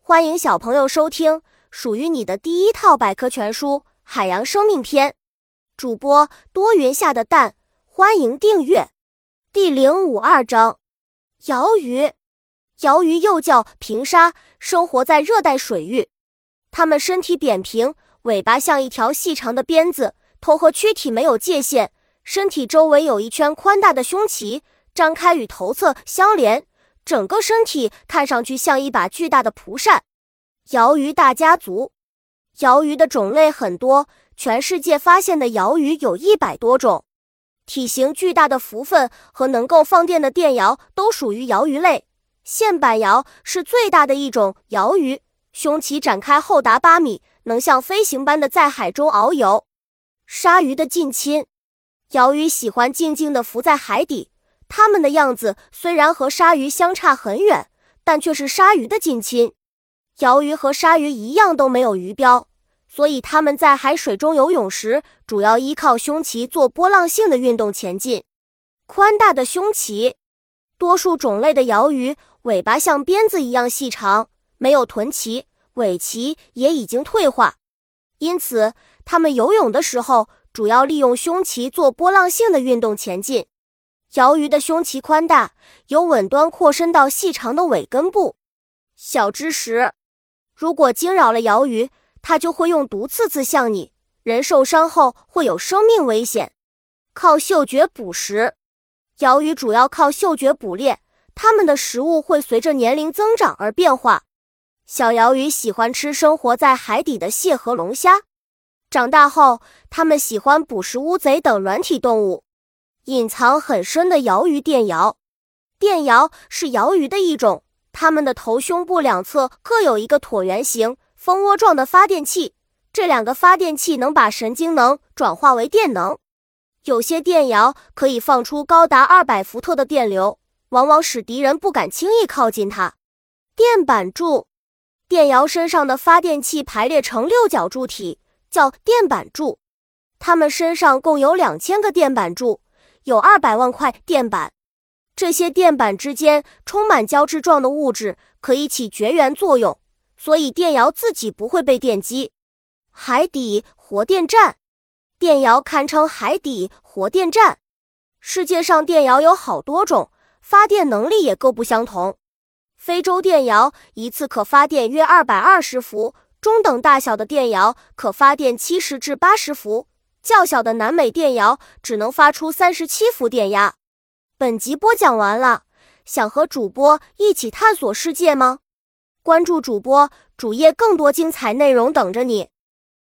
欢迎小朋友收听属于你的第一套百科全书《海洋生命篇》，主播多云下的蛋，欢迎订阅。第052章，鳐鱼。鳐鱼又叫平鲨，生活在热带水域。它们身体扁平，尾巴像一条细长的鞭子，头和躯体没有界限，身体周围有一圈宽大的胸鳍，张开与头侧相连，整个身体看上去像一把巨大的蒲扇。鳐鱼大家族。鳐鱼的种类很多，全世界发现的鳐鱼有100多种。体型巨大的浮粪和能够放电的电鳐都属于鳐鱼类。线板鳐是最大的一种鳐鱼，胸鳍展开厚达8米，能像飞行般的在海中遨游。鲨鱼的近亲。鳐鱼喜欢静静地浮在海底，它们的样子虽然和鲨鱼相差很远，但却是鲨鱼的近亲。鳐鱼和鲨鱼一样都没有鱼鳔，所以它们在海水中游泳时，主要依靠胸鳍做波浪性的运动前进。宽大的胸鳍。多数种类的鳐鱼尾巴像鞭子一样细长，没有臀鳍，尾鳍也已经退化，因此它们游泳的时候主要利用胸鳍做波浪性的运动前进。鳐鱼的胸鳍宽大，由吻端扩伸到细长的尾根部。小知识：如果惊扰了鳐鱼，它就会用毒刺向你，人受伤后会有生命危险。靠嗅觉捕食。鳐鱼主要靠嗅觉捕猎，它们的食物会随着年龄增长而变化。小鳐鱼喜欢吃生活在海底的蟹和龙虾，长大后它们喜欢捕食乌贼等软体动物。隐藏很深的鳐鱼电鳐。电鳐是鳐鱼的一种，它们的头胸部两侧各有一个椭圆形蜂窝状的发电器，这两个发电器能把神经能转化为电能。有些电鳐可以放出高达200伏特的电流，往往使敌人不敢轻易靠近它。电板柱。电鳐身上的发电器排列成6角柱体，叫电板柱。它们身上共有2000个电板柱，有200万块电板。这些电板之间充满胶质状的物质，可以起绝缘作用，所以电鳐自己不会被电击。海底活电站。电鳐堪称海底活电站。世界上电鳐有好多种，发电能力也各不相同。非洲电鳐一次可发电约220伏，中等大小的电鳐可发电70至80伏，较小的南美电鳐只能发出37伏电压。本集播讲完了，想和主播一起探索世界吗？关注主播，主页更多精彩内容等着你。